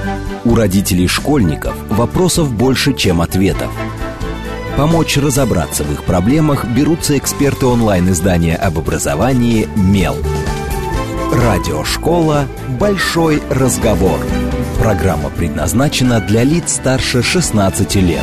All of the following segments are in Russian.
У родителей школьников вопросов больше, чем ответов. Помочь разобраться в их проблемах берутся эксперты онлайн-издания об образовании «Мел». Радиошкола «Большой разговор». Программа предназначена для лиц старше 16 лет.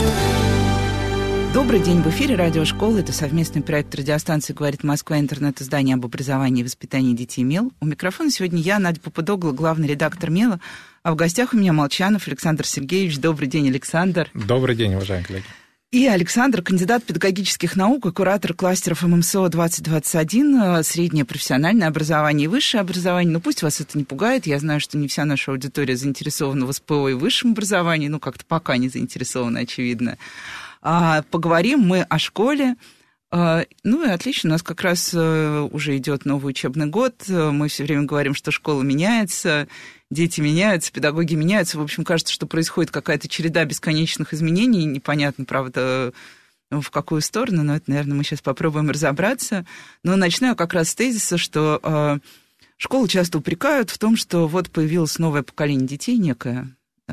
Добрый день, в эфире радиошколы. Это совместный проект радиостанции «Говорит Москва», интернет-издание об образовании и воспитании детей «Мел». У микрофона сегодня я, Надя Попудогла, главный редактор «Мела», а в гостях у меня Молчанов Александр Сергеевич. Добрый день, Александр. Добрый день, уважаемые коллеги. И Александр, кандидат педагогических наук и куратор кластеров ММСО-2021, среднее профессиональное образование и высшее образование. Но пусть вас это не пугает. Я знаю, что не вся наша аудитория заинтересована в СПО и высшем образовании. Ну, как-то пока не заинтересована, очевидно. Поговорим мы о школе. Ну и отлично, у нас как раз уже идет новый учебный год. Мы все время говорим, что школа меняется, дети меняются, педагоги меняются. В общем, кажется, что происходит какая-то череда бесконечных изменений. Непонятно, правда, в какую сторону, но это, наверное, мы сейчас попробуем разобраться. Но начну я как раз с тезиса, что школу часто упрекают в том, что вот появилось новое поколение детей некое.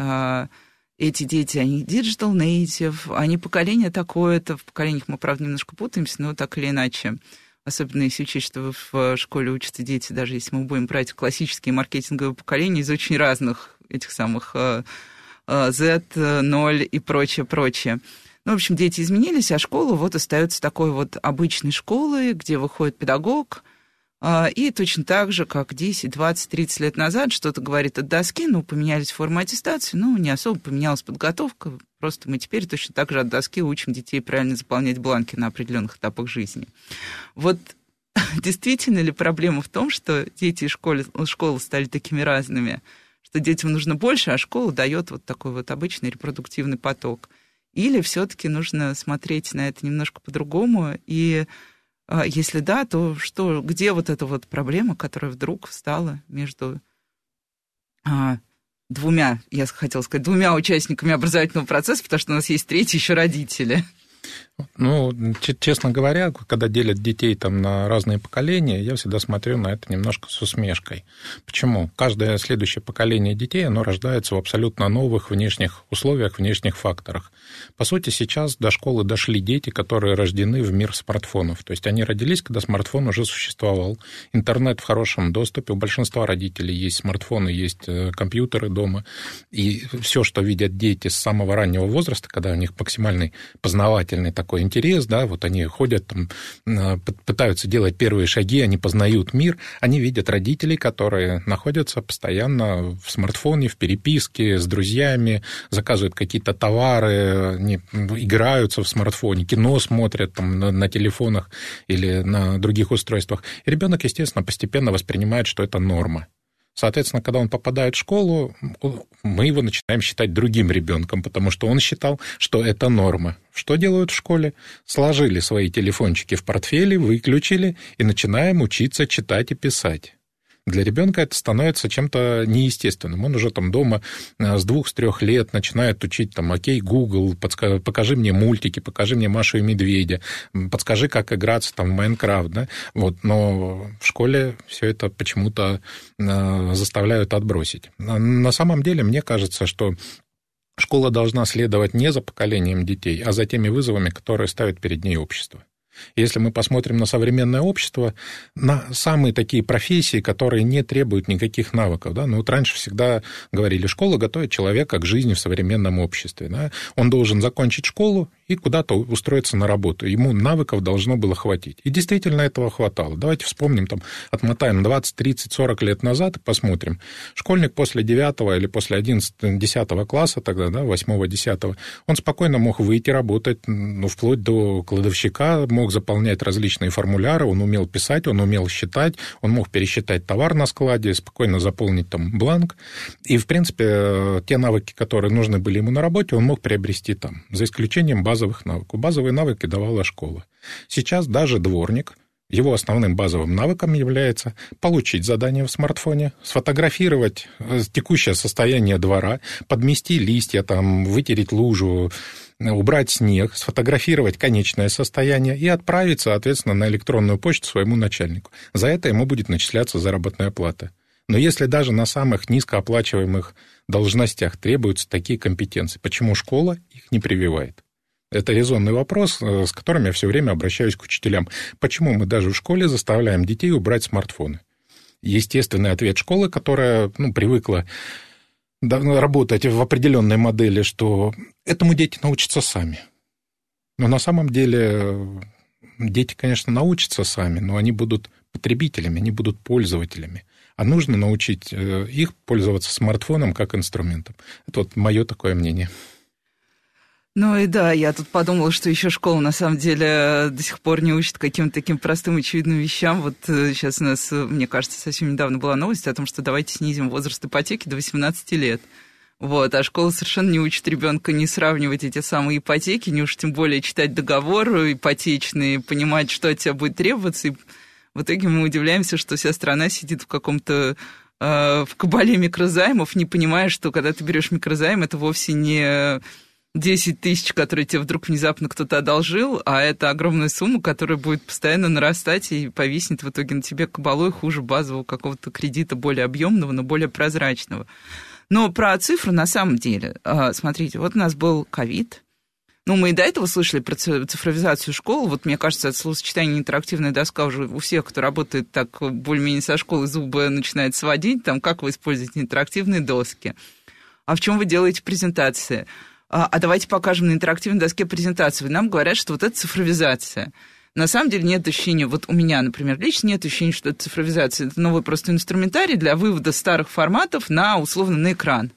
Эти дети, они digital native, они поколение такое-то. В поколениях мы, правда, немножко путаемся, но так или иначе. Особенно если учесть, что в школе учатся дети, даже если мы будем брать классические маркетинговые поколения из очень разных этих самых Z, 0 и прочее. Ну, в общем, дети изменились, а школа вот остается такой вот обычной школой, где выходит педагог, и точно так же, как 10, 20, 30 лет назад что-то говорит от доски, ну, поменялись формы аттестации, ну, не особо поменялась подготовка, просто мы теперь точно так же от доски учим детей правильно заполнять бланки на определенных этапах жизни. Вот действительно ли проблема в том, что дети из школы стали такими разными, что детям нужно больше, а школа дает вот такой вот обычный репродуктивный поток? Или все-таки нужно смотреть на это немножко по-другому и... Если да, то что, где вот эта вот проблема, которая вдруг встала между двумя участниками образовательного процесса, потому что у нас есть третий еще родители? Ну, честно говоря, когда делят детей там на разные поколения, я всегда смотрю на это немножко с усмешкой. Почему? Каждое следующее поколение детей, оно рождается в абсолютно новых внешних условиях, внешних факторах. По сути, сейчас до школы дошли дети, которые рождены в мир смартфонов. То есть они родились, когда смартфон уже существовал. Интернет в хорошем доступе. У большинства родителей есть смартфоны, есть компьютеры дома. И все, что видят дети с самого раннего возраста, когда у них максимальный познавательный такой интерес, да, вот они ходят, там, пытаются делать первые шаги, они познают мир, они видят родителей, которые находятся постоянно в смартфоне, в переписке с друзьями, заказывают какие-то товары, они играются в смартфоне, кино смотрят там, на телефонах или на других устройствах. И ребенок, естественно, постепенно воспринимает, что это норма. Соответственно, когда он попадает в школу, мы его начинаем считать другим ребенком, потому что он считал, что это норма. Что делают в школе? Сложили свои телефончики в портфеле, выключили и начинаем учиться читать и писать. Для ребенка это становится чем-то неестественным. Он уже там дома с 2-3 лет начинает учить там окей, Google, покажи мне мультики, покажи мне Машу и Медведя, подскажи, как играться там в Майнкрафт, да? Вот, но в школе все это почему-то заставляют отбросить. На самом деле, мне кажется, что школа должна следовать не за поколением детей, а за теми вызовами, которые ставит перед ней общество. Если мы посмотрим на современное общество, на самые такие профессии, которые не требуют никаких навыков. Да? Ну, вот раньше всегда говорили, школа готовит человека к жизни в современном обществе. Да? Он должен закончить школу и куда-то устроиться на работу. Ему навыков должно было хватить. И действительно этого хватало. Давайте вспомним, там, отмотаем 20, 30, 40 лет назад и посмотрим. Школьник после 9 или после 11-10 класса, тогда, да, 8-10, он спокойно мог выйти работать, ну, вплоть до кладовщика, мог заполнять различные формуляры, он умел писать, он умел считать, он мог пересчитать товар на складе, спокойно заполнить там бланк. И, в принципе, те навыки, которые нужны были ему на работе, он мог приобрести там, за исключением базовых навыков. Базовые навыки давала школа. Сейчас даже дворник, его основным базовым навыком является получить задание в смартфоне, сфотографировать текущее состояние двора, подмести листья, там, вытереть лужу, убрать снег, сфотографировать конечное состояние и отправить, соответственно, на электронную почту своему начальнику. За это ему будет начисляться заработная плата. Но если даже на самых низкооплачиваемых должностях требуются такие компетенции, почему школа их не прививает? Это резонный вопрос, с которым я все время обращаюсь к учителям. Почему мы даже в школе заставляем детей убрать смартфоны? Естественный ответ школы, которая привыкла работать в определенной модели, что этому дети научатся сами. Но на самом деле дети, конечно, научатся сами, но они будут потребителями, они будут пользователями. А нужно научить их пользоваться смартфоном как инструментом. Это вот мое такое мнение. Ну и да, я тут подумала, что еще школа на самом деле до сих пор не учит каким-то таким простым очевидным вещам. Вот сейчас у нас, мне кажется, совсем недавно была новость о том, что давайте снизим возраст ипотеки до 18 лет. Вот, а школа совершенно не учит ребенка не сравнивать эти самые ипотеки, не уж тем более читать договор ипотечный, понимать, что от тебя будет требоваться. И в итоге мы удивляемся, что вся страна сидит в каком-то в кабале микрозаймов, не понимая, что когда ты берешь микрозайм, это вовсе не 10 тысяч, которые тебе вдруг внезапно кто-то одолжил, а это огромная сумма, которая будет постоянно нарастать и повиснет в итоге на тебе кабалой хуже базового какого-то кредита, более объемного, но более прозрачного. Но про цифру на самом деле, смотрите, вот у нас был ковид. Мы и до этого слышали про цифровизацию школ. Вот мне кажется, это словосочетание «интерактивная доска» уже у всех, кто работает так более-менее со школы, зубы начинает сводить. Там, как вы используете интерактивные доски? А в чем вы делаете презентации? А давайте покажем на интерактивной доске презентацию. Нам говорят, что вот это цифровизация. На самом деле нет ощущения, вот у меня, например, лично нет ощущения, что это цифровизация. Это новый просто инструментарий для вывода старых форматов условно на экран.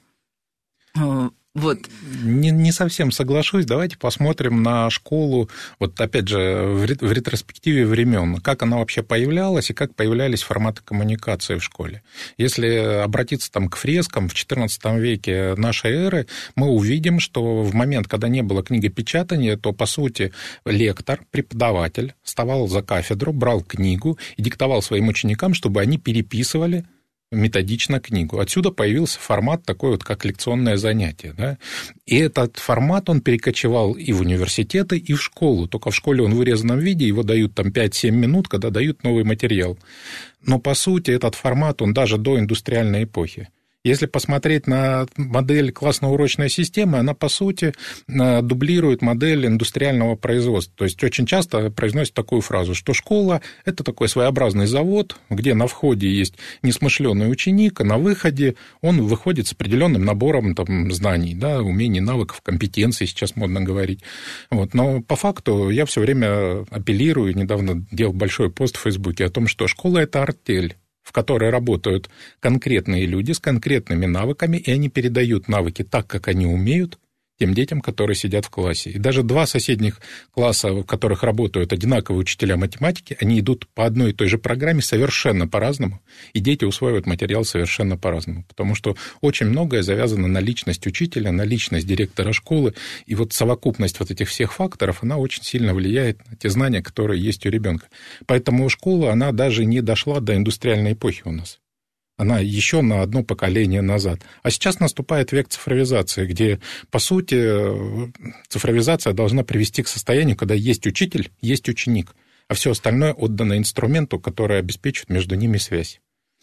Вот. Не совсем соглашусь. Давайте посмотрим на школу, вот опять же, в ретроспективе времен, как она вообще появлялась и как появлялись форматы коммуникации в школе. Если обратиться к фрескам в XIV веке нашей эры, мы увидим, что в момент, когда не было книгопечатания, то, по сути, лектор, преподаватель вставал за кафедру, брал книгу и диктовал своим ученикам, чтобы они переписывали методично книгу. Отсюда появился формат такой вот, как лекционное занятие. Да? И этот формат, он перекочевал и в университеты, и в школу. Только в школе он в вырезанном виде, его дают 5-7 минут, когда дают новый материал. Но, по сути, этот формат, он даже до индустриальной эпохи. Если посмотреть на модель классно-урочной системы, она, по сути, дублирует модель индустриального производства. То есть очень часто произносят такую фразу, что школа – это такой своеобразный завод, где на входе есть несмышленый ученик, а на выходе он выходит с определенным набором знаний, да, умений, навыков, компетенций, сейчас модно говорить. Вот. Но по факту я все время апеллирую, недавно делал большой пост в Фейсбуке о том, что школа – это артель, в которой работают конкретные люди с конкретными навыками, и они передают навыки так, как они умеют, тем детям, которые сидят в классе. И даже два соседних класса, в которых работают одинаковые учителя математики, они идут по одной и той же программе совершенно по-разному, и дети усваивают материал совершенно по-разному, потому что очень многое завязано на личность учителя, на личность директора школы, и вот совокупность вот этих всех факторов, она очень сильно влияет на те знания, которые есть у ребенка. Поэтому школа, она даже не дошла до индустриальной эпохи у нас. Она еще на одно поколение назад. А сейчас наступает век цифровизации, где, по сути, цифровизация должна привести к состоянию, когда есть учитель, есть ученик, а все остальное отдано инструменту, который обеспечивает между ними связь.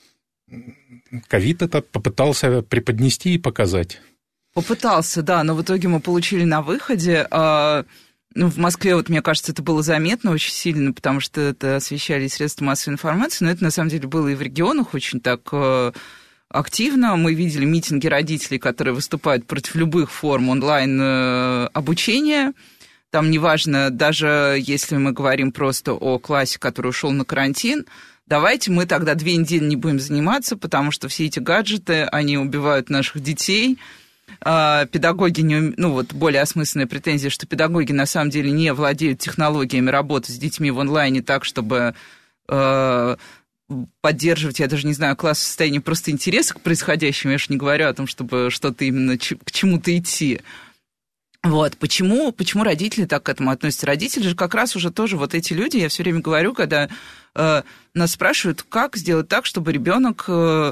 Ковид это попытался преподнести и показать. Попытался, да, но в итоге мы получили на выходе... в Москве, вот, мне кажется, это было заметно очень сильно, потому что это освещали средства массовой информации, но это, на самом деле, было и в регионах очень так активно. Мы видели митинги родителей, которые выступают против любых форм онлайн-обучения. Там неважно, даже если мы говорим просто о классе, который ушел на карантин, давайте мы тогда 2 недели не будем заниматься, потому что все эти гаджеты, они убивают наших детей. Педагоги, более осмысленная претензия, что педагоги на самом деле не владеют технологиями работы с детьми в онлайне так, чтобы поддерживать, я даже не знаю, класс в состоянии просто интереса к происходящему, я же не говорю о том, чтобы что-то именно к чему-то идти. Вот, почему родители так к этому относятся? Родители же как раз уже тоже вот эти люди, я все время говорю, когда нас спрашивают, как сделать так, чтобы ребенок...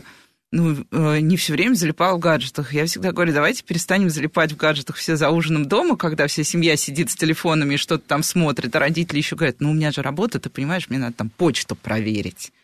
не все время залипал в гаджетах. Я всегда говорю, давайте перестанем залипать в гаджетах все за ужином дома, когда вся семья сидит с телефонами и что-то там смотрит, а родители еще говорят, у меня же работа, ты понимаешь, мне надо там почту проверить.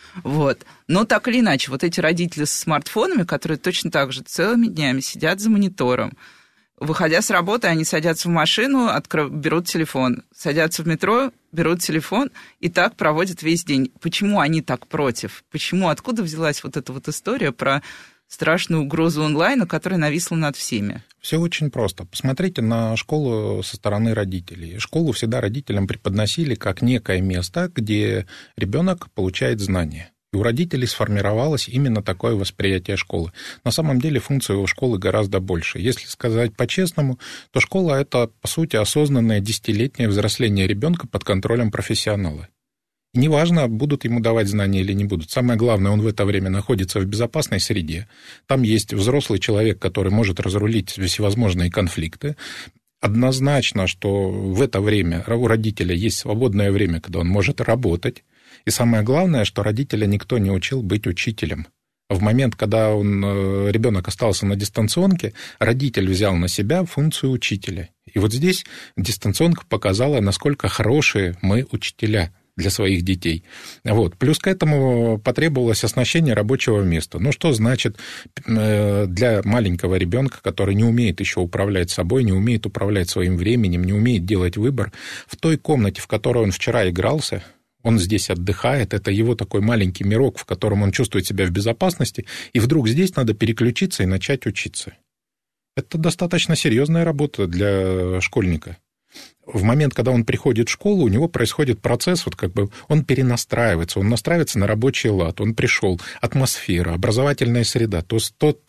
Вот. Но так или иначе, вот эти родители с смартфонами, которые точно так же целыми днями сидят за монитором, выходя с работы, они садятся в машину, берут телефон, садятся в метро, берут телефон и так проводят весь день. Почему они так против? Почему, откуда взялась вот эта вот история про страшную угрозу онлайна, которая нависла над всеми? Все очень просто. Посмотрите на школу со стороны родителей. Школу всегда родителям преподносили как некое место, где ребенок получает знания. И у родителей сформировалось именно такое восприятие школы. На самом деле функция у школы гораздо больше. Если сказать по-честному, то школа – это, по сути, осознанное десятилетнее взросление ребенка под контролем профессионала. И неважно, будут ему давать знания или не будут. Самое главное, он в это время находится в безопасной среде. Там есть взрослый человек, который может разрулить всевозможные конфликты. Однозначно, что в это время у родителя есть свободное время, когда он может работать. И самое главное, что родителя никто не учил быть учителем. В момент, когда ребенок остался на дистанционке, родитель взял на себя функцию учителя. И вот здесь дистанционка показала, насколько хорошие мы учителя для своих детей. Вот. Плюс к этому потребовалось оснащение рабочего места. Ну, что значит для маленького ребенка, который не умеет еще управлять собой, не умеет управлять своим временем, не умеет делать выбор, в той комнате, в которой он вчера игрался, он здесь отдыхает, это его такой маленький мирок, в котором он чувствует себя в безопасности, и вдруг здесь надо переключиться и начать учиться. Это достаточно серьезная работа для школьника. В момент, когда он приходит в школу, у него происходит процесс, вот как бы он перенастраивается, он настраивается на рабочий лад, он пришел, атмосфера, образовательная среда, ту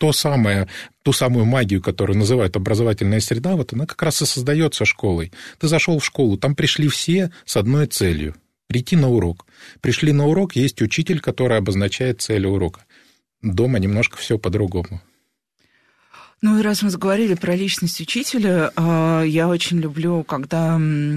самую магию, которую называют образовательная среда, вот она как раз и создается школой. Ты зашел в школу, там пришли все с одной целью – прийти на урок. Пришли на урок, есть учитель, который обозначает цель урока. Дома немножко все по-другому. Ну и раз мы заговорили про личность учителя, я очень люблю, когда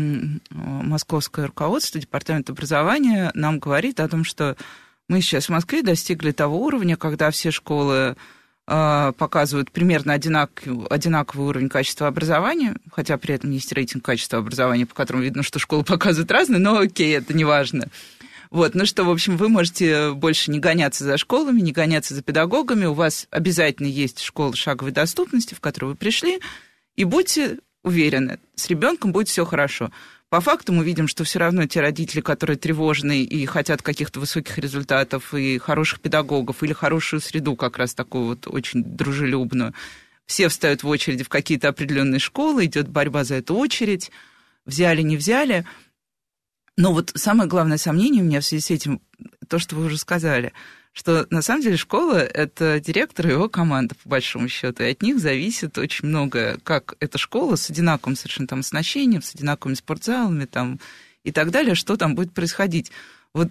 московское руководство, департамент образования нам говорит о том, что мы сейчас в Москве достигли того уровня, когда все школы показывают примерно одинаковый уровень качества образования, хотя при этом есть рейтинг качества образования, по которому видно, что школы показывают разные, но окей, это не важно. Вот, ну что, в общем, вы можете больше не гоняться за школами, не гоняться за педагогами, у вас обязательно есть школа шаговой доступности, в которую вы пришли, и будьте уверены, с ребенком будет все хорошо. По факту мы видим, что все равно те родители, которые тревожны и хотят каких-то высоких результатов и хороших педагогов, или хорошую среду, как раз такую вот очень дружелюбную, все встают в очереди в какие-то определенные школы, идет борьба за эту очередь, взяли, не взяли. Но вот самое главное сомнение у меня в связи с этим, то, что вы уже сказали, что на самом деле школа – это директор и его команда, по большому счету, и от них зависит очень многое, как эта школа с одинаковым совершенно там оснащением, с одинаковыми спортзалами там, и так далее, что там будет происходить. Вот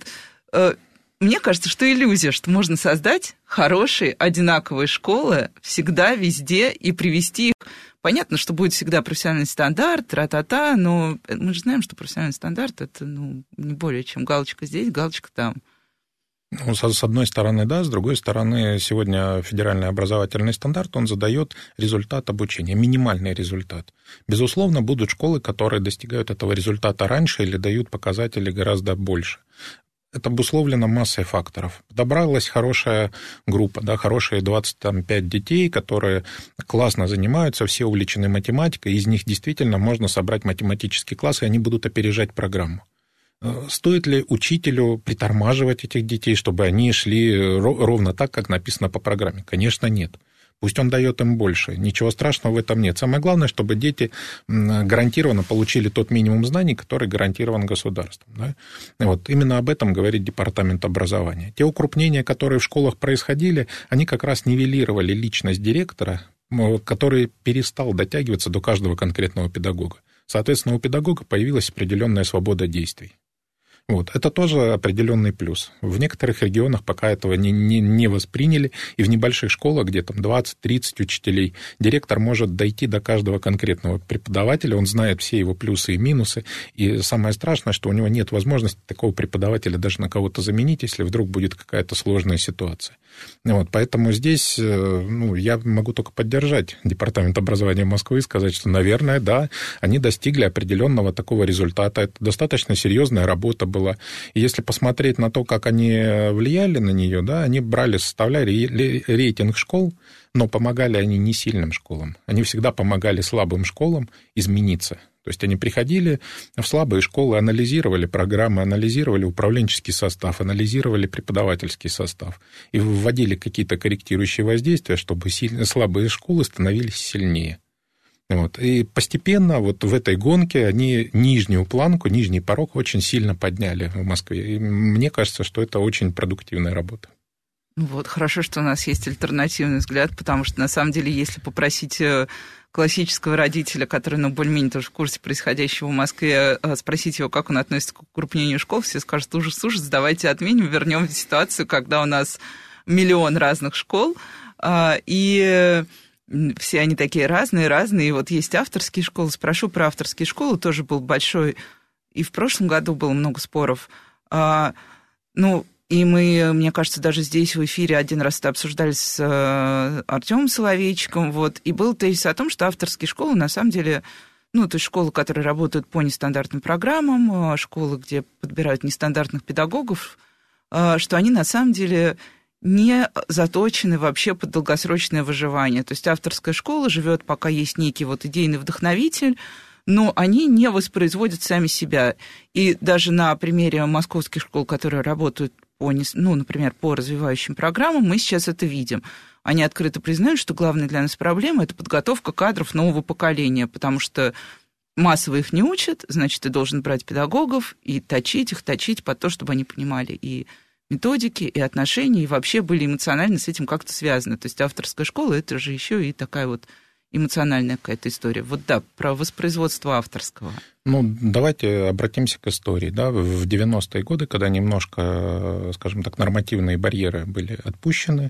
мне кажется, что иллюзия, что можно создать хорошие, одинаковые школы всегда, везде, и привести их. Понятно, что будет всегда профессиональный стандарт, тра-та-та, но мы же знаем, что профессиональный стандарт – это не более чем галочка здесь, галочка там. Ну, с одной стороны, да, с другой стороны, сегодня федеральный образовательный стандарт, он задает результат обучения, минимальный результат. Безусловно, будут школы, которые достигают этого результата раньше или дают показатели гораздо больше. Это обусловлено массой факторов. Подобралась хорошая группа, да, хорошие 25 детей, которые классно занимаются, все увлечены математикой, из них действительно можно собрать математический класс, и они будут опережать программу. Стоит ли учителю притормаживать этих детей, чтобы они шли ровно так, как написано по программе? Конечно, нет. Пусть он дает им больше. Ничего страшного в этом нет. Самое главное, чтобы дети гарантированно получили тот минимум знаний, который гарантирован государством. Да? Вот. Именно об этом говорит департамент образования. Те укрупнения, которые в школах происходили, они как раз нивелировали личность директора, который перестал дотягиваться до каждого конкретного педагога. Соответственно, у педагога появилась определенная свобода действий. Вот. Это тоже определенный плюс. В некоторых регионах пока этого не восприняли, и в небольших школах, где там 20-30 учителей, директор может дойти до каждого конкретного преподавателя, он знает все его плюсы и минусы, и самое страшное, что у него нет возможности такого преподавателя даже на кого-то заменить, если вдруг будет какая-то сложная ситуация. Вот. Поэтому здесь я могу только поддержать департамент образования Москвы и сказать, что, наверное, да, они достигли определенного такого результата. Это достаточно серьезная работа была. И если посмотреть на то, как они влияли на нее, да, они составляли рейтинг школ, но помогали они не сильным школам. Они всегда помогали слабым школам измениться. То есть они приходили в слабые школы, анализировали программы, анализировали управленческий состав, анализировали преподавательский состав и вводили какие-то корректирующие воздействия, чтобы слабые школы становились сильнее. Вот. И постепенно вот в этой гонке они нижнюю планку, нижний порог очень сильно подняли в Москве. И мне кажется, что это очень продуктивная работа. Вот, хорошо, что у нас есть альтернативный взгляд, потому что, на самом деле, если попросить классического родителя, который, более-менее тоже в курсе происходящего в Москве, спросить его, как он относится к укрупнению школ, все скажут: ужас, давайте отменим, вернем ситуацию, когда у нас миллион разных школ, и все они такие разные, и вот есть авторские школы. Спрошу про авторские школы, тоже был большой, и в прошлом году было много споров. И мы, мне кажется, даже здесь в эфире один раз это обсуждали с Артемом Соловейчиком, вот, и был тезис о том, что авторские школы, на самом деле, то есть школы, которые работают по нестандартным программам, школы, где подбирают нестандартных педагогов, что они, на самом деле, не заточены вообще под долгосрочное выживание. То есть авторская школа живет, пока есть некий вот идейный вдохновитель, но они не воспроизводят сами себя. И даже на примере московских школ, которые работают например, по развивающим программам, мы сейчас это видим. Они открыто признают, что главная для нас проблема – это подготовка кадров нового поколения, потому что массово их не учат, значит, ты должен брать педагогов и точить их под то, чтобы они понимали и методики, и отношения, и вообще были эмоционально с этим как-то связаны. То есть авторская школа – это же еще и такая вот эмоциональная какая-то история. Вот да, про воспроизводство авторского. Давайте обратимся к истории. Да? В 90-е годы, когда немножко, скажем так, нормативные барьеры были отпущены,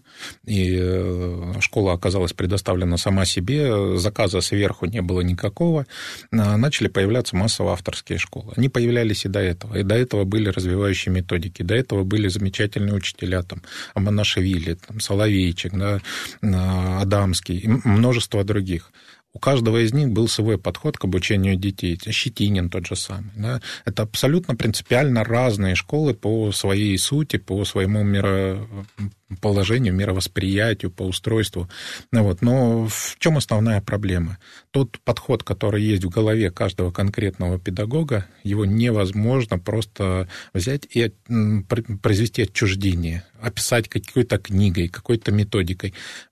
и школа оказалась предоставлена сама себе, заказа сверху не было никакого, начали появляться массово авторские школы. Они появлялись и до этого. И до этого были развивающие методики, до этого были замечательные учителя, Аманашвили, Соловейчик, да, Адамский и множество других. У каждого из них был свой подход к обучению детей. Щетинин тот же самый. Да? Это абсолютно принципиально разные школы по своей сути, по своему мироположению, мировосприятию, по устройству. Вот. Но в чем основная проблема? Тот подход, который есть в голове каждого конкретного педагога, его невозможно просто взять и произвести отчуждение, описать какой-то книгой, какой-то методикой.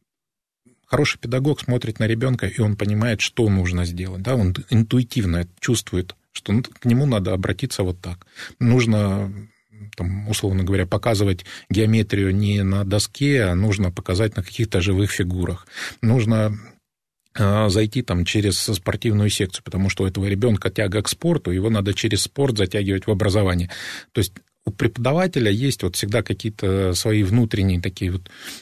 Хороший педагог смотрит на ребенка, и он понимает, что нужно сделать. Да? Он интуитивно чувствует, что к нему надо обратиться вот так. Нужно, условно говоря, показывать геометрию не на доске, а нужно показать на каких-то живых фигурах. Нужно зайти через спортивную секцию, потому что у этого ребенка тяга к спорту, его надо через спорт затягивать в образование. То есть у преподавателя есть всегда какие-то свои внутренние такие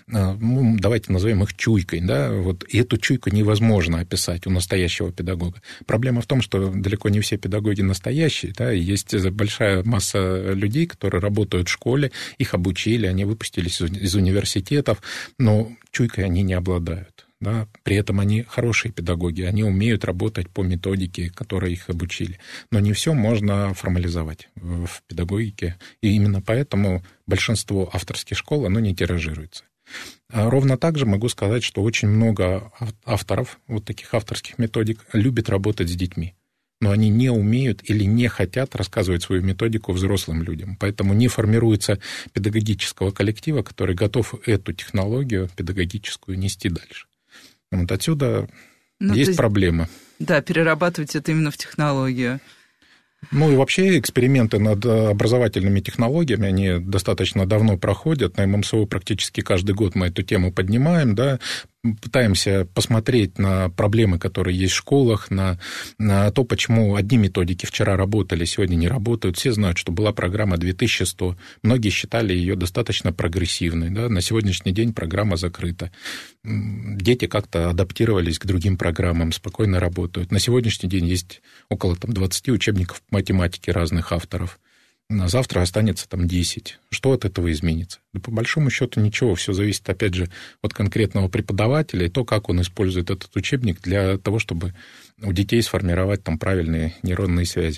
давайте назовем их чуйкой, да, и эту чуйку невозможно описать у настоящего педагога. Проблема в том, что далеко не все педагоги настоящие, да, и есть большая масса людей, которые работают в школе, их обучили, они выпустились из университетов, но чуйкой они не обладают. Да, при этом они хорошие педагоги, они умеют работать по методике, которой их обучили. Но не все можно формализовать в педагогике, и именно поэтому большинство авторских школ, оно не тиражируется. Ровно так же могу сказать, что очень много авторов таких авторских методик любят работать с детьми, но они не умеют или не хотят рассказывать свою методику взрослым людям. Поэтому не формируется педагогического коллектива, который готов эту технологию педагогическую нести дальше. Отсюда есть проблема. Да, перерабатывать это именно в технологию. И вообще эксперименты над образовательными технологиями, они достаточно давно проходят. На ММСО практически каждый год мы эту тему поднимаем, да, пытаемся посмотреть на проблемы, которые есть в школах, на то, почему одни методики вчера работали, сегодня не работают. Все знают, что была программа 2100. Многие считали ее достаточно прогрессивной. Да? На сегодняшний день программа закрыта. Дети как-то адаптировались к другим программам, спокойно работают. На сегодняшний день есть около 20 учебников математики разных авторов. На завтра останется 10. Что от этого изменится? Да по большому счету ничего. Все зависит, опять же, от конкретного преподавателя и то, как он использует этот учебник для того, чтобы у детей сформировать правильные нейронные связи.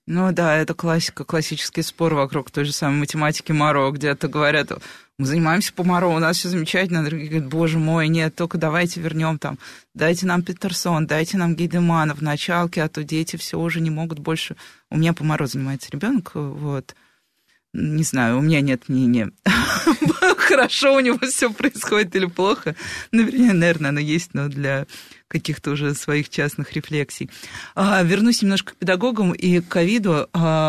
Ну да, это классика, классический спор вокруг той же самой математики Моро, где-то говорят, мы занимаемся по Моро, у нас все замечательно, а другие говорят, боже мой, нет, только давайте вернем там, дайте нам Петерсон, дайте нам Гейдемана в началке, а то дети все уже не могут больше. У меня по Моро занимается ребенок, вот. Не знаю, у меня нет мнения, хорошо у него все происходит или плохо. Наверное, оно есть, но для каких-то уже своих частных рефлексий. Вернусь немножко к педагогам и к ковиду.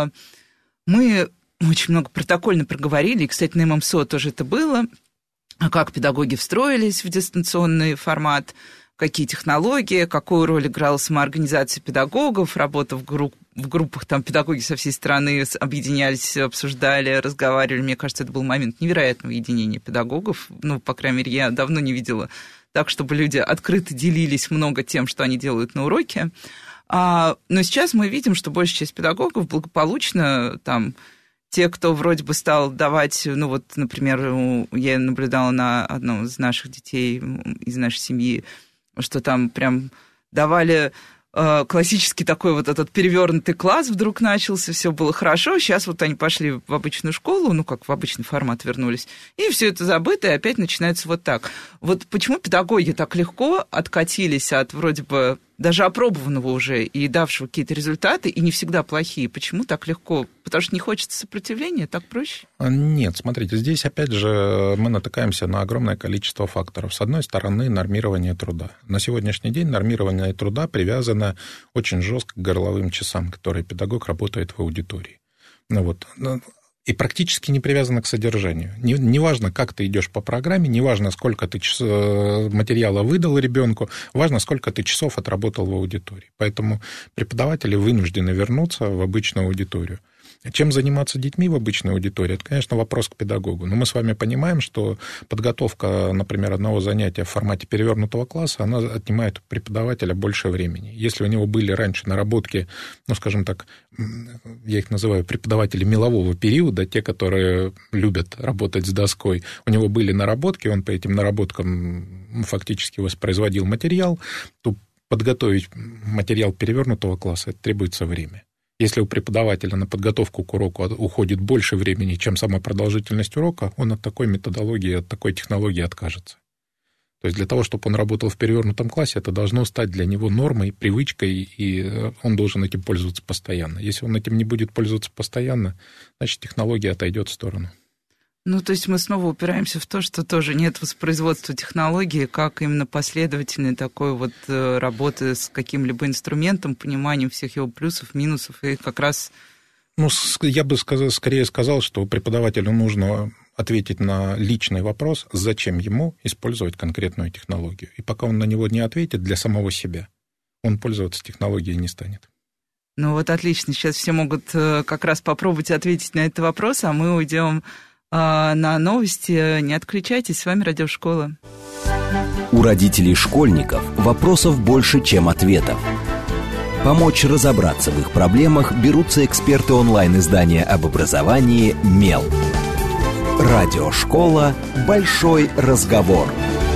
Мы очень много протокольно проговорили, и, кстати, на ММСО тоже это было, как педагоги встроились в дистанционный формат, какие технологии, какую роль играла самоорганизация педагогов, работа в группах, там педагоги со всей страны объединялись, обсуждали, разговаривали. Мне кажется, это был момент невероятного единения педагогов. Ну, по крайней мере, я давно не видела так, чтобы люди открыто делились много тем, что они делают на уроке. Но сейчас мы видим, что большая часть педагогов благополучно там... Те, кто вроде бы стал давать, ну вот, например, я наблюдала на одном из наших детей, из нашей семьи, что там прям давали классический такой вот этот перевернутый класс вдруг начался, все было хорошо, сейчас вот они пошли в обычную школу, ну как в обычный формат вернулись, и все это забыто, и опять начинается вот так. Вот почему педагоги так легко откатились от вроде бы даже опробованного уже и давшего какие-то результаты, и не всегда плохие. Почему так легко? Потому что не хочется сопротивления, так проще? Нет, смотрите, здесь опять же мы натыкаемся на огромное количество факторов. С одной стороны, нормирование труда. На сегодняшний день нормирование труда привязано очень жестко к горловым часам, которые педагог работает в аудитории. И практически не привязано к содержанию. Неважно, как ты идешь по программе, неважно, сколько ты материала выдал ребенку, важно, сколько ты часов отработал в аудитории. Поэтому преподаватели вынуждены вернуться в обычную аудиторию. Чем заниматься детьми в обычной аудитории, это, конечно, вопрос к педагогу. Но мы с вами понимаем, что подготовка, например, одного занятия в формате перевернутого класса, она отнимает у преподавателя больше времени. Если у него были раньше наработки, ну, скажем так, я их называю преподаватели мелового периода, те, которые любят работать с доской, у него были наработки, он по этим наработкам фактически воспроизводил материал, то подготовить материал перевернутого класса, это требуется время. Если у преподавателя на подготовку к уроку уходит больше времени, чем сама продолжительность урока, он от такой методологии, от такой технологии откажется. То есть для того, чтобы он работал в перевернутом классе, это должно стать для него нормой, привычкой, и он должен этим пользоваться постоянно. Если он этим не будет пользоваться постоянно, значит, технология отойдет в сторону. Ну, то есть мы снова упираемся в то, что тоже нет воспроизводства технологии, как именно последовательной такой вот работы с каким-либо инструментом, пониманием всех его плюсов, минусов, и как раз... Ну, я бы скорее сказал, что преподавателю нужно ответить на личный вопрос, зачем ему использовать конкретную технологию. И пока он на него не ответит для самого себя, он пользоваться технологией не станет. Ну вот отлично, сейчас все могут как раз попробовать ответить на этот вопрос, а мы уйдем на новости. Не отключайтесь, с вами Радиошкола. У родителей школьников вопросов больше, чем ответов. Помочь разобраться в их проблемах берутся эксперты онлайн-издания об образовании «Мел». Радиошкола «Большой разговор».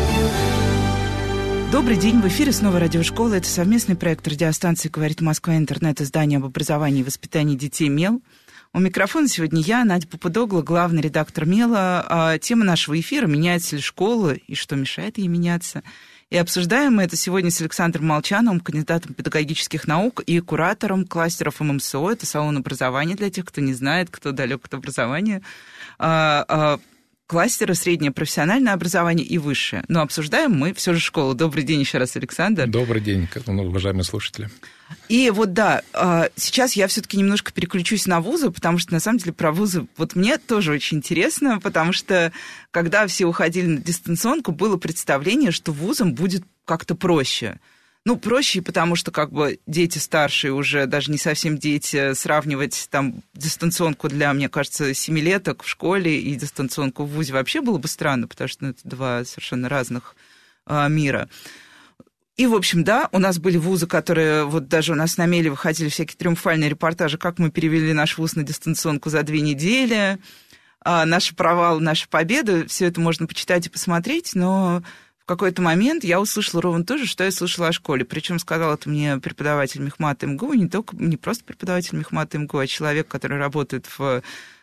Добрый день, в эфире снова Радиошкола. Это совместный проект радиостанции «Говорит Москва», интернет-издание об образовании и воспитании детей «Мел». У микрофона сегодня я, Надя Попудогла, главный редактор «Мела». Тема нашего эфира «Меняется ли школа и что мешает ей меняться?». И обсуждаем мы это сегодня с Александром Молчановым, кандидатом педагогических наук и куратором кластеров ММСО. Это салон образования для тех, кто не знает, кто далек от образования. Кластеры, среднее профессиональное образование и высшее. Но обсуждаем мы все же школу. Добрый день еще раз, Александр. Добрый день, уважаемые слушатели. И вот да, сейчас я все-таки немножко переключусь на вузы, потому что на самом деле про вузы вот мне тоже очень интересно, потому что когда все уходили на дистанционку, было представление, что вузам будет как-то проще. Ну, проще, потому что как бы дети старшие уже, даже не совсем дети, сравнивать там дистанционку для, мне кажется, 7-леток в школе и дистанционку в вузе вообще было бы странно, потому что это два совершенно разных мира. И, в общем, да, у нас были вузы, которые, вот даже у нас на Меле выходили всякие триумфальные репортажи, как мы перевели наш вуз на дистанционку за 2 недели, наши провалы, наши победы, все это можно почитать и посмотреть, но в какой-то момент я услышала ровно то же, что я слышала о школе. Причем сказал это мне преподаватель мехмата МГУ, не просто преподаватель мехмата МГУ, а человек, который работает в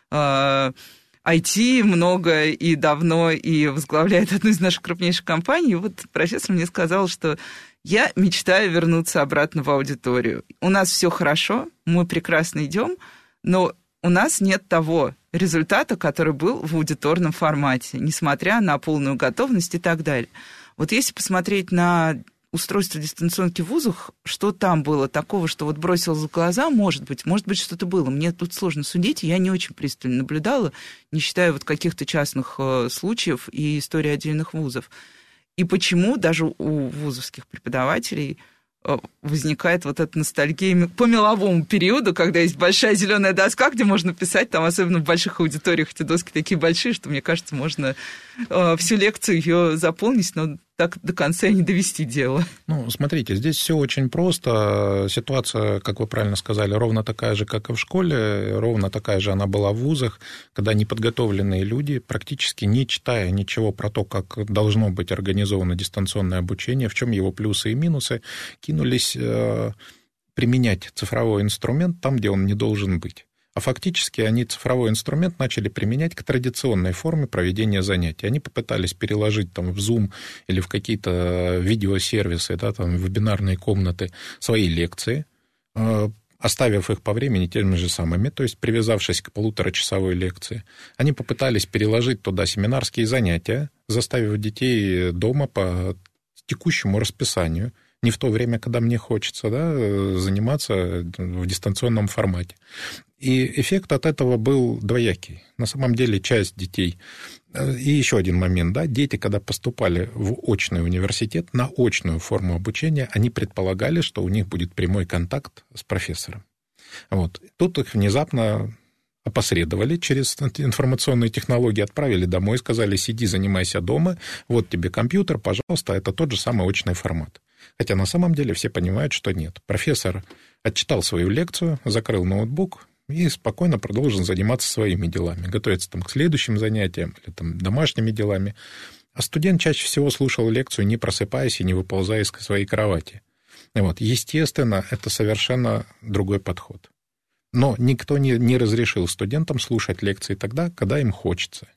IT много и давно, и возглавляет одну из наших крупнейших компаний. И вот профессор мне сказал, что я мечтаю вернуться обратно в аудиторию. У нас все хорошо, мы прекрасно идем, но у нас нет того результата, который был в аудиторном формате, несмотря на полную готовность и так далее. Вот если посмотреть на устройство дистанционки в вузах, что там было такого, что вот бросилось в глаза, может быть, что-то было. Мне тут сложно судить, я не очень пристально наблюдала, не считая вот каких-то частных случаев и историй отдельных вузов. И почему даже у вузовских преподавателей возникает вот эта ностальгия по меловому периоду, когда есть большая зеленая доска, где можно писать, там особенно в больших аудиториях эти доски такие большие, что, мне кажется, можно всю лекцию ее заполнить, но так до конца и не довести дело. Ну, смотрите, здесь все очень просто. Ситуация, как вы правильно сказали, ровно такая же, как и в школе, ровно такая же она была в вузах, когда неподготовленные люди, практически не читая ничего про то, как должно быть организовано дистанционное обучение, в чем его плюсы и минусы, кинулись применять цифровой инструмент там, где он не должен быть. А фактически они цифровой инструмент начали применять к традиционной форме проведения занятий. Они попытались переложить там, в Zoom или в какие-то видеосервисы, да, там, в вебинарные комнаты свои лекции, оставив их по времени теми же самыми, то есть привязавшись к 1,5-часовой лекции. Они попытались переложить туда семинарские занятия, заставив детей дома по текущему расписанию, не в то время, когда мне хочется, да, заниматься в дистанционном формате. И эффект от этого был двоякий. На самом деле часть детей... И еще один момент, да, дети, когда поступали в очный университет, на очную форму обучения, они предполагали, что у них будет прямой контакт с профессором. Вот. Тут их внезапно опосредовали через информационные технологии, отправили домой, сказали, сиди, занимайся дома, вот тебе компьютер, пожалуйста, это тот же самый очный формат. Хотя на самом деле все понимают, что нет. Профессор отчитал свою лекцию, закрыл ноутбук и спокойно продолжил заниматься своими делами, готовиться там, к следующим занятиям или там, домашними делами. А студент чаще всего слушал лекцию, не просыпаясь и не выползая из своей кровати. И вот, естественно, это совершенно другой подход. Но никто не разрешил студентам слушать лекции тогда, когда им хочется,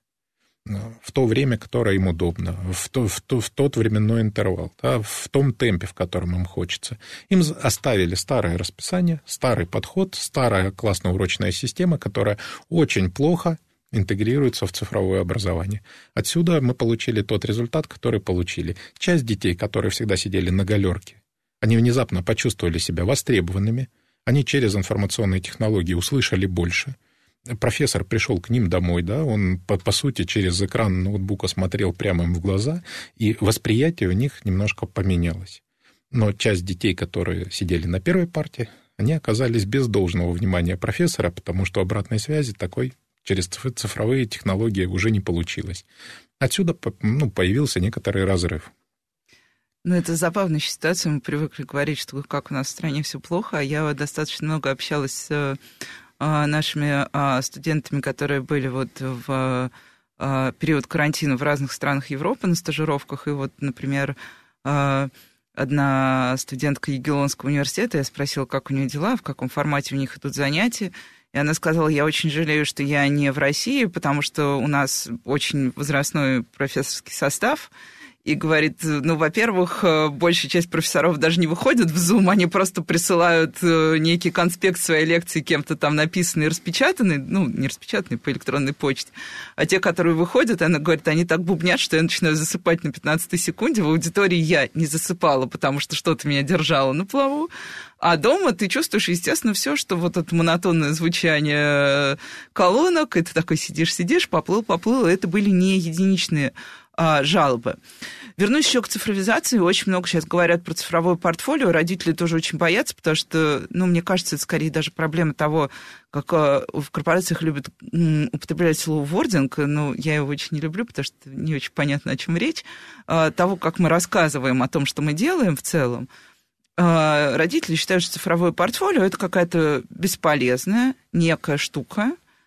в то время, которое им удобно, в тот временной интервал, да, в том темпе, в котором им хочется. Им оставили старое расписание, старый подход, старая классно-урочная система, которая очень плохо интегрируется в цифровое образование. Отсюда мы получили тот результат, который получили. Часть детей, которые всегда сидели на галерке, они внезапно почувствовали себя востребованными, они через информационные технологии услышали больше. Профессор пришел к ним домой, да, он, по сути, через экран ноутбука смотрел прямо им в глаза, и восприятие у них немножко поменялось. Но часть детей, которые сидели на первой парте, они оказались без должного внимания профессора, потому что обратной связи такой через цифровые технологии уже не получилось. Отсюда появился некоторый разрыв. Ну, это забавная ситуация. Мы привыкли говорить, что как у нас в стране все плохо. Я достаточно много общалась с нашими студентами, которые были вот в период карантина в разных странах Европы на стажировках. И вот, например, одна студентка Егелонского университета, я спросила, как у нее дела, в каком формате у них идут занятия. И она сказала, я очень жалею, что я не в России, потому что у нас очень возрастной профессорский состав. И говорит, ну, во-первых, большая часть профессоров даже не выходят в Zoom, они просто присылают некий конспект своей лекции, кем-то там написанный и распечатанный, ну, не распечатанный, по электронной почте, а те, которые выходят, она говорит, они так бубнят, что я начинаю засыпать на 15-й секунде. В аудитории я не засыпала, потому что что-то меня держало на плаву. А дома ты чувствуешь, естественно, все, что вот это монотонное звучание колонок, и ты такой сидишь, поплыл, это были не единичные жалобы. Вернусь еще к цифровизации. Очень много сейчас говорят про цифровое портфолио. Родители тоже очень боятся, потому что, ну, мне кажется, это скорее даже проблема того, как в корпорациях любят употреблять слово вординг. Но я его очень не люблю, потому что не очень понятно, о чем речь. Того, как мы рассказываем о том, что мы делаем в целом. Родители считают, что цифровое портфолио – это какая-то бесполезная некая штука,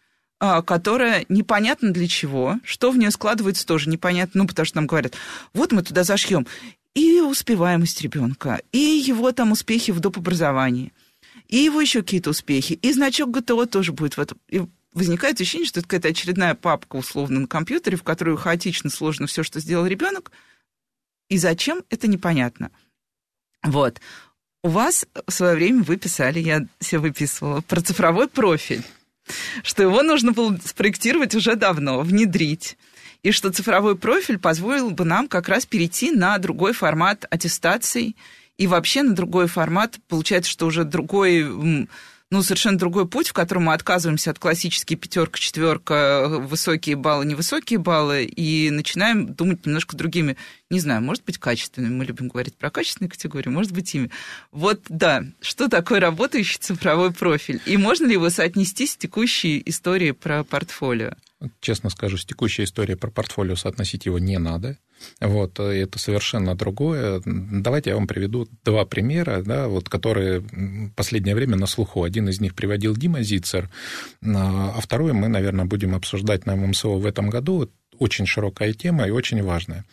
которая непонятно для чего, что в нее складывается, тоже непонятно, потому что нам говорят, вот мы туда зашьем и успеваемость ребенка, и его там успехи в доп. Образовании, и его еще какие-то успехи, и значок ГТО тоже будет в этом. И возникает ощущение, что это какая-то очередная папка, условно, на компьютере, в которую хаотично сложно все, что сделал ребенок, и зачем, это непонятно. Вот. У вас в свое время вы писали, я все выписывала, про цифровой профиль, что его нужно было спроектировать уже давно, внедрить, и что цифровой профиль позволил бы нам как раз перейти на другой формат аттестаций и вообще на другой формат, получается, что уже другой, совершенно другой путь, в котором мы отказываемся от классической 5, 4, высокие баллы, невысокие баллы, и начинаем думать немножко другими, не знаю, может быть, качественными, мы любим говорить про качественные категории, может быть, ими. Вот, да, что такое работающий цифровой профиль? И можно ли его соотнести с текущей историей про портфолио? Честно скажу, с текущей историей про портфолио соотносить его не надо. Вот, это совершенно другое. Давайте я вам приведу 2 примера, да, вот, которые в последнее время на слуху. Один из них приводил Дима Зицер, а второй мы, наверное, будем обсуждать на ММСО в этом году. Очень широкая тема и очень важная.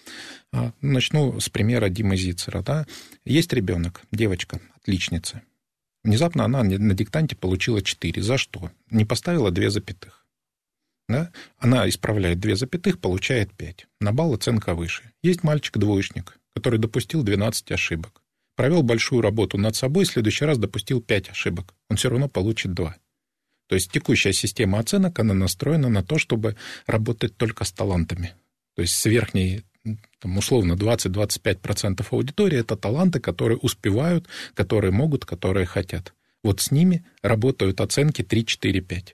Начну с примера Димы Зицера. Да. Есть ребенок, девочка, отличница. Внезапно она на диктанте получила 4. За что? Не поставила 2 запятых. Да? Она исправляет 2 запятых, получает 5. На балл оценка выше. Есть мальчик-двоечник, который допустил 12 ошибок. Провел большую работу над собой, в следующий раз допустил 5 ошибок. Он все равно получит 2. То есть текущая система оценок, она настроена на то, чтобы работать только с талантами. То есть с верхней, условно, 20-25% аудитории – это таланты, которые успевают, которые могут, которые хотят. Вот с ними работают оценки 3, 4, 5.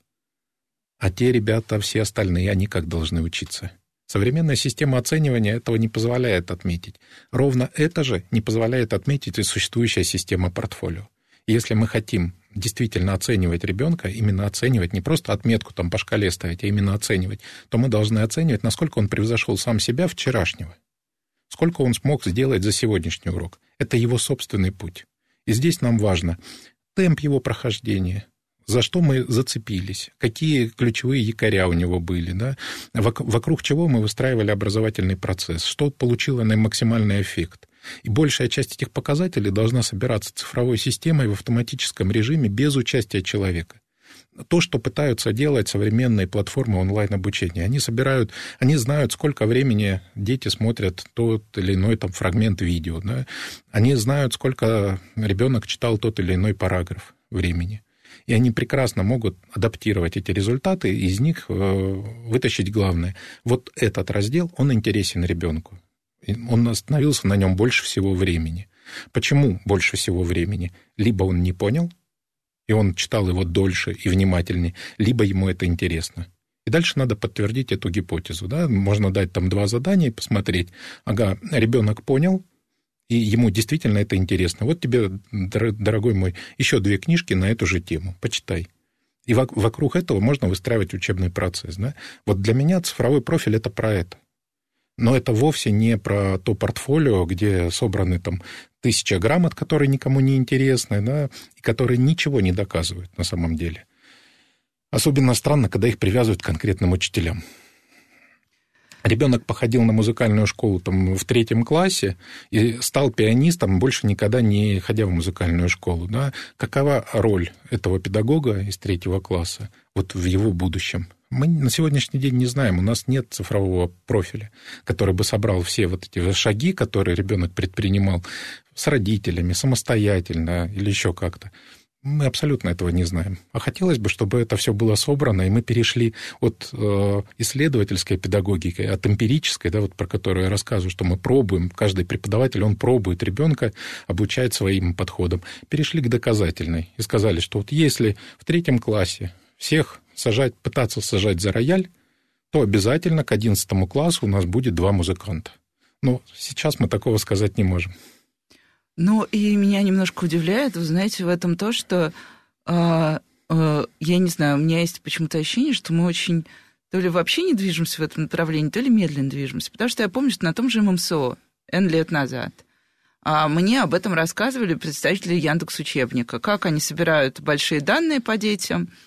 А те ребята, все остальные, они как должны учиться? Современная система оценивания этого не позволяет отметить. Ровно это же не позволяет отметить и существующая система портфолио. И если мы хотим действительно оценивать ребенка, именно оценивать, не просто отметку там по шкале ставить, а именно оценивать, то мы должны оценивать, насколько он превзошел сам себя вчерашнего, сколько он смог сделать за сегодняшний урок. Это его собственный путь. И здесь нам важно темп его прохождения, за что мы зацепились, какие ключевые якоря у него были, да? Вокруг чего мы выстраивали образовательный процесс, что получило максимальный эффект. И большая часть этих показателей должна собираться цифровой системой в автоматическом режиме без участия человека. То, что пытаются делать современные платформы онлайн-обучения. Они знают, сколько времени дети смотрят тот или иной там фрагмент видео. Да? Они знают, сколько ребенок читал тот или иной параграф времени. И они прекрасно могут адаптировать эти результаты, и из них вытащить главное. Вот этот раздел, он интересен ребенку. Он остановился на нем больше всего времени. Почему больше всего времени? Либо он не понял, и он читал его дольше и внимательнее, либо ему это интересно. И дальше надо подтвердить эту гипотезу. Да? Можно дать там 2 задания и посмотреть. Ага, ребенок понял, и ему действительно это интересно. Вот тебе, дорогой мой, еще 2 книжки на эту же тему. Почитай. И вокруг этого можно выстраивать учебный процесс. Да? Вот для меня цифровой профиль – это про это. Но это вовсе не про то портфолио, где собраны там 1000 грамот, которые никому не интересны, да, и которые ничего не доказывают на самом деле. Особенно странно, когда их привязывают к конкретным учителям. Ребенок походил на музыкальную школу там, в 3 классе и стал пианистом, больше никогда не ходя в музыкальную школу. Да? Какова роль этого педагога из 3 класса вот в его будущем? Мы на сегодняшний день не знаем, у нас нет цифрового профиля, который бы собрал все вот эти шаги, которые ребенок предпринимал с родителями, самостоятельно или еще как-то. Мы абсолютно этого не знаем. А хотелось бы, чтобы это все было собрано, и мы перешли от исследовательской педагогики, от эмпирической, да, вот про которую я рассказываю, что мы пробуем, каждый преподаватель, он пробует ребенка, обучает своим подходам. Перешли к доказательной и сказали, что вот если в 3 классе всех пытаться сажать за рояль, то обязательно к 11 классу у нас будет 2 музыканта. Но сейчас мы такого сказать не можем. Ну, и меня немножко удивляет, вы знаете, в этом то, что, я не знаю, у меня есть почему-то ощущение, что мы очень то ли вообще не движемся в этом направлении, то ли медленно движемся. Потому что я помню, что на том же ММСО N лет назад мне об этом рассказывали представители Яндекс.Учебника, как они собирают большие данные по детям,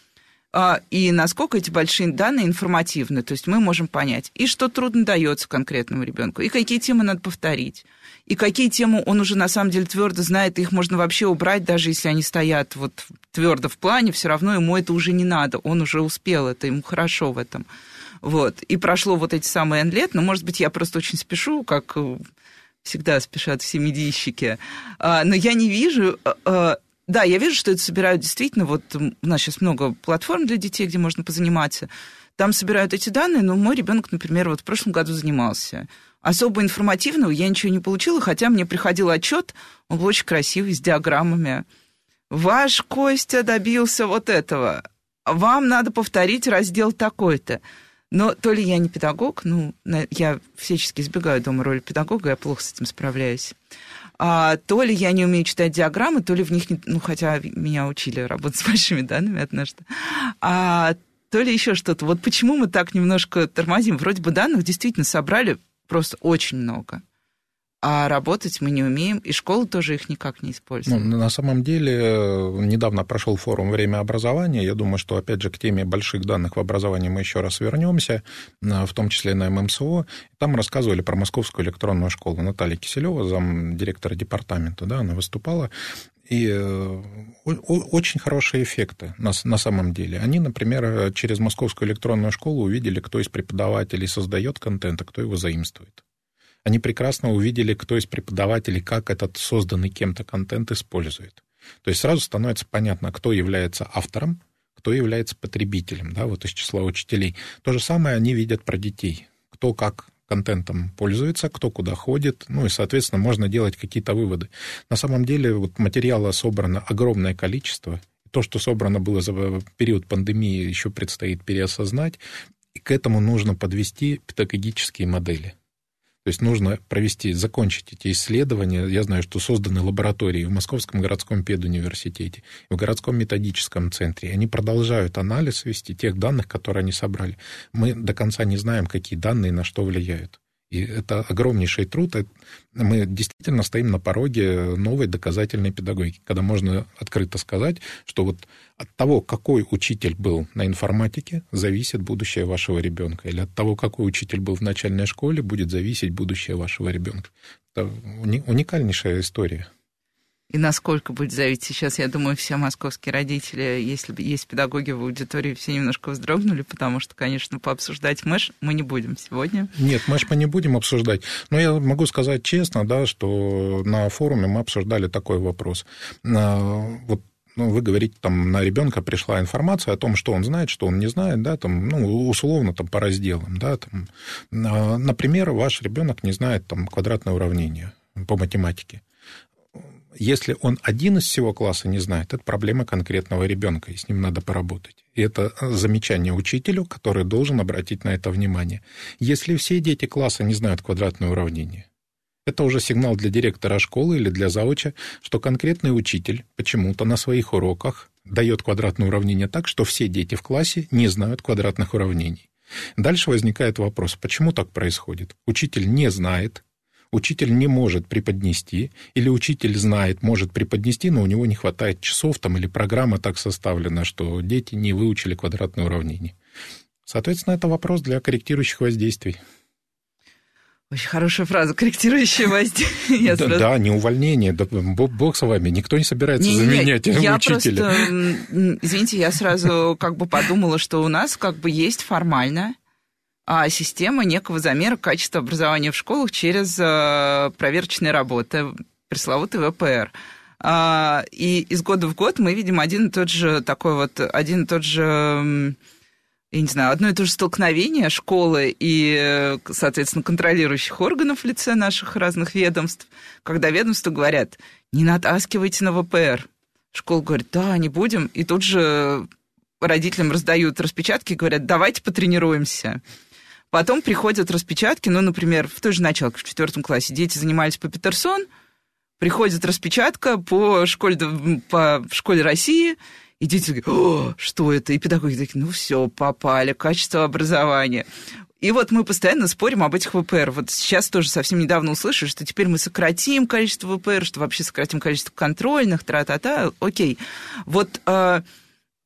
и насколько эти большие данные информативны. То есть мы можем понять, и что трудно дается конкретному ребенку, и какие темы надо повторить, и какие темы он уже на самом деле твердо знает, и их можно вообще убрать, даже если они стоят вот твердо в плане, все равно ему это уже не надо, он уже успел это, ему хорошо в этом. Вот. И прошло вот эти самые N лет, но, может быть, я просто очень спешу, как всегда спешат все медийщики, но я не вижу... Да, я вижу, что это собирают действительно, вот у нас сейчас много платформ для детей, где можно позаниматься, там собирают эти данные, но мой ребенок, например, вот в прошлом году занимался. Особо информативного я ничего не получила, хотя мне приходил отчет, он был очень красивый, с диаграммами. Ваш Костя добился вот этого, вам надо повторить раздел такой-то. Но то ли я не педагог, я всячески избегаю дома роли педагога, я плохо с этим справляюсь. То ли я не умею читать диаграммы, то ли в них, хотя меня учили работать с большими данными однажды, то ли еще что-то. Вот почему мы так немножко тормозим? Вроде бы данных действительно собрали просто очень много, а работать мы не умеем, и школы тоже их никак не используют. На самом деле, недавно прошел форум «Время образования». Я думаю, что, опять же, к теме больших данных в образовании мы еще раз вернемся, в том числе на ММСО. Там рассказывали про Московскую электронную школу. Наталья Киселева, замдиректора департамента, да, она выступала. И очень хорошие эффекты на самом деле. Они, например, через Московскую электронную школу увидели, кто из преподавателей создает контент, а кто его заимствует. Они прекрасно увидели, кто из преподавателей, как этот созданный кем-то контент использует. То есть сразу становится понятно, кто является автором, кто является потребителем, да, вот из числа учителей. То же самое они видят про детей. Кто как контентом пользуется, кто куда ходит, и, соответственно, можно делать какие-то выводы. На самом деле вот материала собрано огромное количество. То, что собрано было за период пандемии, еще предстоит переосознать, и к этому нужно подвести педагогические модели. То есть нужно закончить эти исследования. Я знаю, что созданы лаборатории в Московском городском педуниверситете, в городском методическом центре. Они продолжают анализ вести тех данных, которые они собрали. Мы до конца не знаем, какие данные на что влияют. И это огромнейший труд. Мы действительно стоим на пороге новой доказательной педагогики, когда можно открыто сказать, что вот от того, какой учитель был на информатике, зависит будущее вашего ребенка. Или от того, какой учитель был в начальной школе, будет зависеть будущее вашего ребенка. Это уникальнейшая история. И насколько будет зависеть? Сейчас, я думаю, все московские родители, если есть педагоги в аудитории, все немножко вздрогнули, потому что, конечно, пообсуждать МЭШ мы не будем сегодня. Нет, МЭШ мы не будем обсуждать. Но я могу сказать честно, да, что на форуме мы обсуждали такой вопрос. Вот вы говорите, там на ребенка пришла информация о том, что он знает, что он не знает, да, там, условно там, по разделам. Да, там, например, ваш ребенок не знает там, квадратное уравнение по математике. Если он один из всего класса не знает, это проблема конкретного ребенка, и с ним надо поработать. И это замечание учителю, который должен обратить на это внимание. Если все дети класса не знают квадратное уравнение, это уже сигнал для директора школы или для зауча, что конкретный учитель почему-то на своих уроках дает квадратное уравнение так, что все дети в классе не знают квадратных уравнений. Дальше возникает вопрос, почему так происходит? Учитель не знает, учитель не может преподнести, или учитель знает, может преподнести, но у него не хватает часов там, или программа так составлена, что дети не выучили квадратное уравнение. Соответственно, это вопрос для корректирующих воздействий. Очень хорошая фраза, корректирующее воздействие. Да, не увольнение, да, бог с вами, никто не собирается заменять учителя. Я просто, извините, я сразу подумала, что у нас есть формально система некого замера качества образования в школах через проверочные работы, пресловутый ВПР. И из года в год мы видим одно и то же столкновение школы и, соответственно, контролирующих органов в лице наших разных ведомств, когда ведомства говорят, не натаскивайте на ВПР. Школа говорит, да, не будем. И тут же родителям раздают распечатки и говорят, давайте потренируемся. Потом приходят распечатки, например, в той же началке, в 4 классе, дети занимались по Петерсон, приходит распечатка по школе России, и дети говорят, о, что это? И педагоги такие, все, попали, качество образования. И вот мы постоянно спорим об этих ВПР. Вот сейчас тоже совсем недавно услышали, что теперь мы сократим количество ВПР, что вообще сократим количество контрольных, тра-та-та. Окей. Вот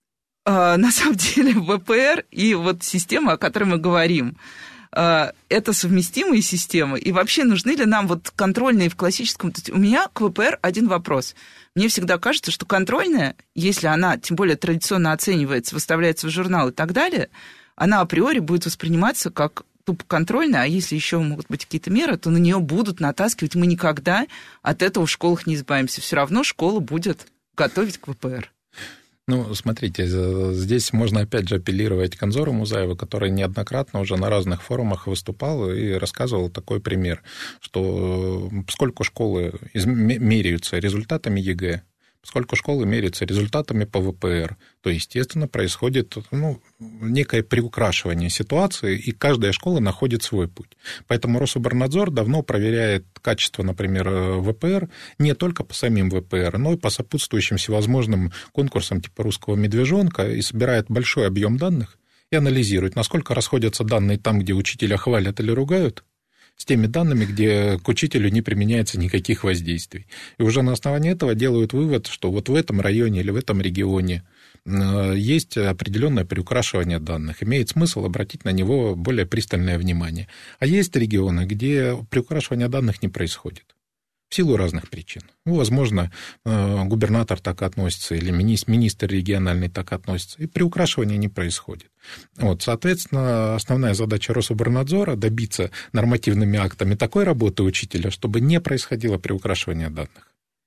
на самом деле ВПР и вот система, о которой мы говорим, это совместимые системы? И вообще нужны ли нам вот контрольные в классическом... То есть у меня к ВПР один вопрос. Мне всегда кажется, что контрольная, если она, тем более традиционно оценивается, выставляется в журнал и так далее, она априори будет восприниматься как тупо контрольная, а если еще могут быть какие-то меры, то на нее будут натаскивать. Мы никогда от этого в школах не избавимся. Все равно школа будет готовить к ВПР. Ну, смотрите, здесь можно опять же апеллировать к Анзору Музаеву, который неоднократно уже на разных форумах выступал и рассказывал такой пример, что поскольку школы меряются результатами ЕГЭ, поскольку школы меряются результатами по ВПР, то, естественно, происходит некое приукрашивание ситуации, и каждая школа находит свой путь. Поэтому Рособорнадзор давно проверяет качество, например, ВПР не только по самим ВПР, но и по сопутствующим всевозможным конкурсам типа «Русского медвежонка» и собирает большой объем данных и анализирует, насколько расходятся данные там, где учителя хвалят или ругают, с теми данными, где к учителю не применяется никаких воздействий. И уже на основании этого делают вывод, что вот в этом районе или в этом регионе есть определенное приукрашивание данных. Имеет смысл обратить на него более пристальное внимание. А есть регионы, где приукрашивание данных не происходит. В силу разных причин. Возможно, губернатор так относится, или министр региональный так относится, и приукрашивания не происходит. Соответственно, основная задача Рособорнадзора – добиться нормативными актами такой работы учителя, чтобы не происходило приукрашивание данных.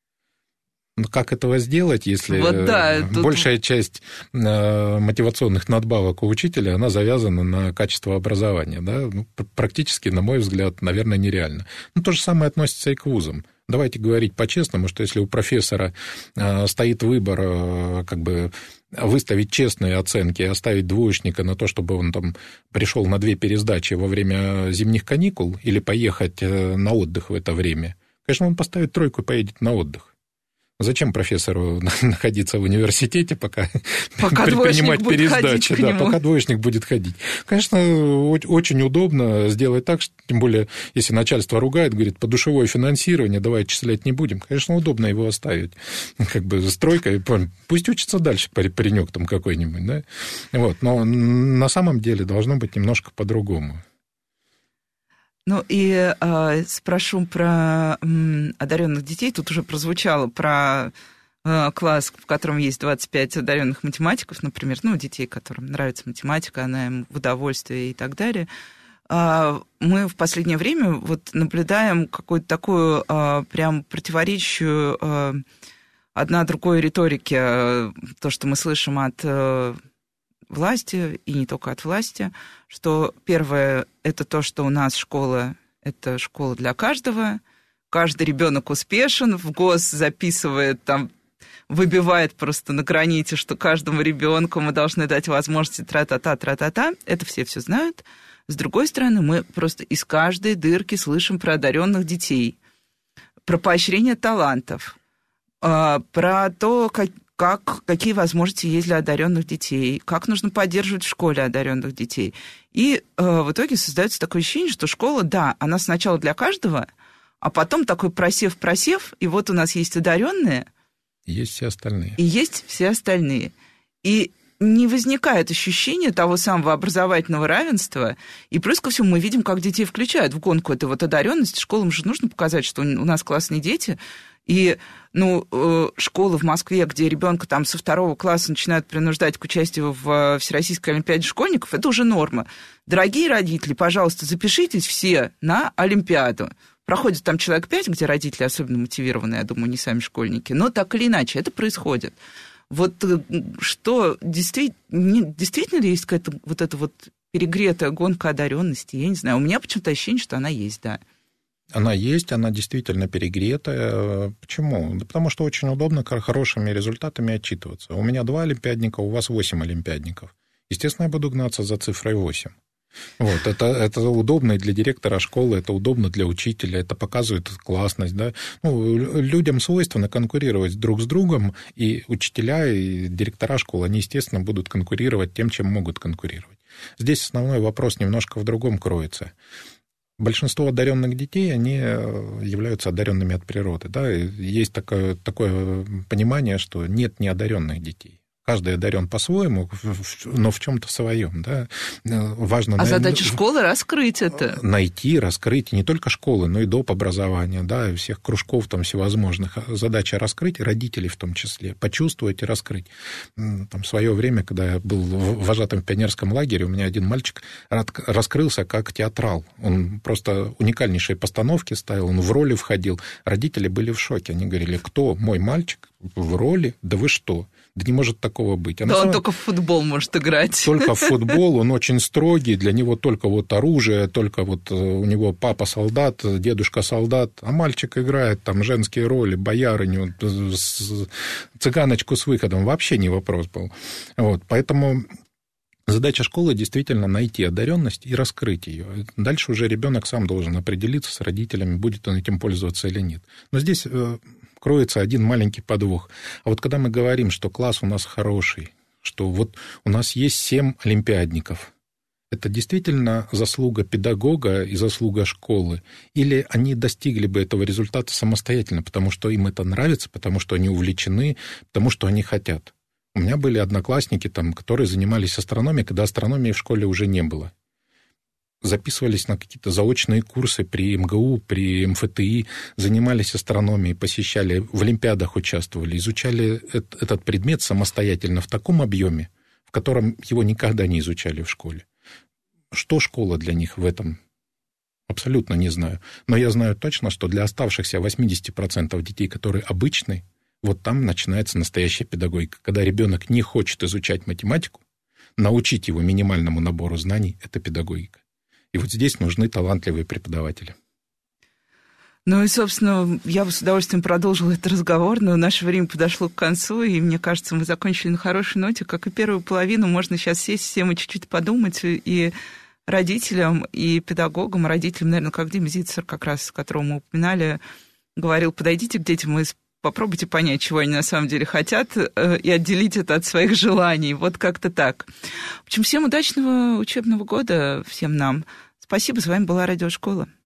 Но как этого сделать, если большая часть мотивационных надбавок у учителя, она завязана на качество образования? Да? Практически, на мой взгляд, наверное, нереально. То же самое относится и к вузам. Давайте говорить по-честному, что если у профессора стоит выбор выставить честные оценки и оставить двоечника на то, чтобы он там пришел на 2 пересдачи во время зимних каникул или поехать на отдых в это время, конечно, он поставит 3 и поедет на отдых. Зачем профессору находиться в университете, пока принимать пересдачи, пока двоечник будет ходить? Конечно, очень удобно сделать так, что, тем более, если начальство ругает, говорит, подушевое финансирование, давай отчислять не будем, конечно, удобно его оставить с 3, пусть учится дальше паренек там какой-нибудь, да? Но на самом деле должно быть немножко по-другому. Спрошу про одаренных детей. Тут уже прозвучало про класс, в котором есть 25 одаренных математиков, например, детей, которым нравится математика, она им в удовольствие и так далее. Мы в последнее время наблюдаем какую-то такую прям противоречащую одна другой риторике, то, что мы слышим от власти, и не только от власти, что первое – это то, что у нас школа – это школа для каждого, каждый ребенок успешен, в ГОС записывает, выбивает просто на граните, что каждому ребенку мы должны дать возможности тра-та-та, это все знают. С другой стороны, мы просто из каждой дырки слышим про одаренных детей, про поощрение талантов, про то, какие возможности есть для одаренных детей, как нужно поддерживать в школе одаренных детей. И в итоге создается такое ощущение, что школа, да, она сначала для каждого, а потом такой просев, и вот у нас есть одаренные. Есть все остальные. И есть все остальные. И не возникает ощущения того самого образовательного равенства. И плюс ко всему мы видим, как детей включают в гонку этой одаренности. Школам же нужно показать, что у нас классные дети. И, школы в Москве, где ребенка со 2 класса начинают принуждать к участию в Всероссийской олимпиаде школьников, это уже норма. Дорогие родители, пожалуйста, запишитесь все на олимпиаду. Проходит там человек 5, где родители особенно мотивированы, я думаю, не сами школьники, но так или иначе это происходит. Что действительно ли есть какая-то эта перегретая гонка одаренности? Я не знаю, у меня почему-то ощущение, что она есть, да. Она есть, она действительно перегретая. Почему? Да потому что очень удобно хорошими результатами отчитываться. У меня 2 олимпиадника, у вас 8 олимпиадников. Естественно, я буду гнаться за цифрой 8. Это удобно и для директора школы, это удобно для учителя, это показывает классность. Да? Людям свойственно конкурировать друг с другом, и учителя, и директора школы, они, естественно, будут конкурировать тем, чем могут конкурировать. Здесь основной вопрос немножко в другом кроется. Большинство одаренных детей, они являются одаренными от природы. Да? Есть такое понимание, что нет неодаренных детей. Каждый одарен по-своему, но в чем-то своем. Да? Важно задача школы — раскрыть это. Найти, раскрыть не только школы, но и доп. Образования, да, и всех кружков там всевозможных. Задача раскрыть, родителей в том числе, почувствовать и раскрыть. Там, в свое время, когда я был вожатым в пионерском лагере, у меня один мальчик раскрылся как театрал. Он просто уникальнейшие постановки ставил, он в роли входил. Родители были в шоке. Они говорили: кто мой мальчик в роли? Да вы что? Да не может такого быть. Да он только в футбол может играть. Только в футбол, он очень строгий, для него только вот оружие, только вот у него папа солдат, дедушка солдат, а мальчик играет там женские роли, боярыню, цыганочку с выходом, вообще не вопрос был. Вот, поэтому задача школы действительно найти одаренность и раскрыть ее. Дальше уже ребенок сам должен определиться с родителями, будет он этим пользоваться или нет. Но здесь кроется один маленький подвох. А вот когда мы говорим, что класс у нас хороший, что вот у нас есть 7 олимпиадников, это действительно заслуга педагога и заслуга школы? Или они достигли бы этого результата самостоятельно, потому что им это нравится, потому что они увлечены, потому что они хотят? У меня были одноклассники, там, которые занимались астрономией, когда астрономии в школе уже не было. Записывались на какие-то заочные курсы при МГУ, при МФТИ, занимались астрономией, посещали, в олимпиадах участвовали, изучали этот предмет самостоятельно в таком объеме, в котором его никогда не изучали в школе. Что школа для них в этом? Абсолютно не знаю. Но я знаю точно, что для оставшихся 80% детей, которые обычные, вот там начинается настоящая педагогика. Когда ребенок не хочет изучать математику, научить его минимальному набору знаний – это педагогика. И вот здесь нужны талантливые преподаватели. Ну и, собственно, я бы с удовольствием продолжила этот разговор, но наше время подошло к концу, и мне кажется, мы закончили на хорошей ноте. Как и первую половину, можно сейчас сесть всем и чуть-чуть подумать, и родителям, и педагогам, родителям, наверное, как Дима Зицер, как раз, которого мы упоминали, говорил: подойдите к детям и попробуйте понять, чего они на самом деле хотят, и отделить это от своих желаний. Вот как-то так. В общем, всем удачного учебного года, всем нам. Спасибо, с вами была Радиошкола.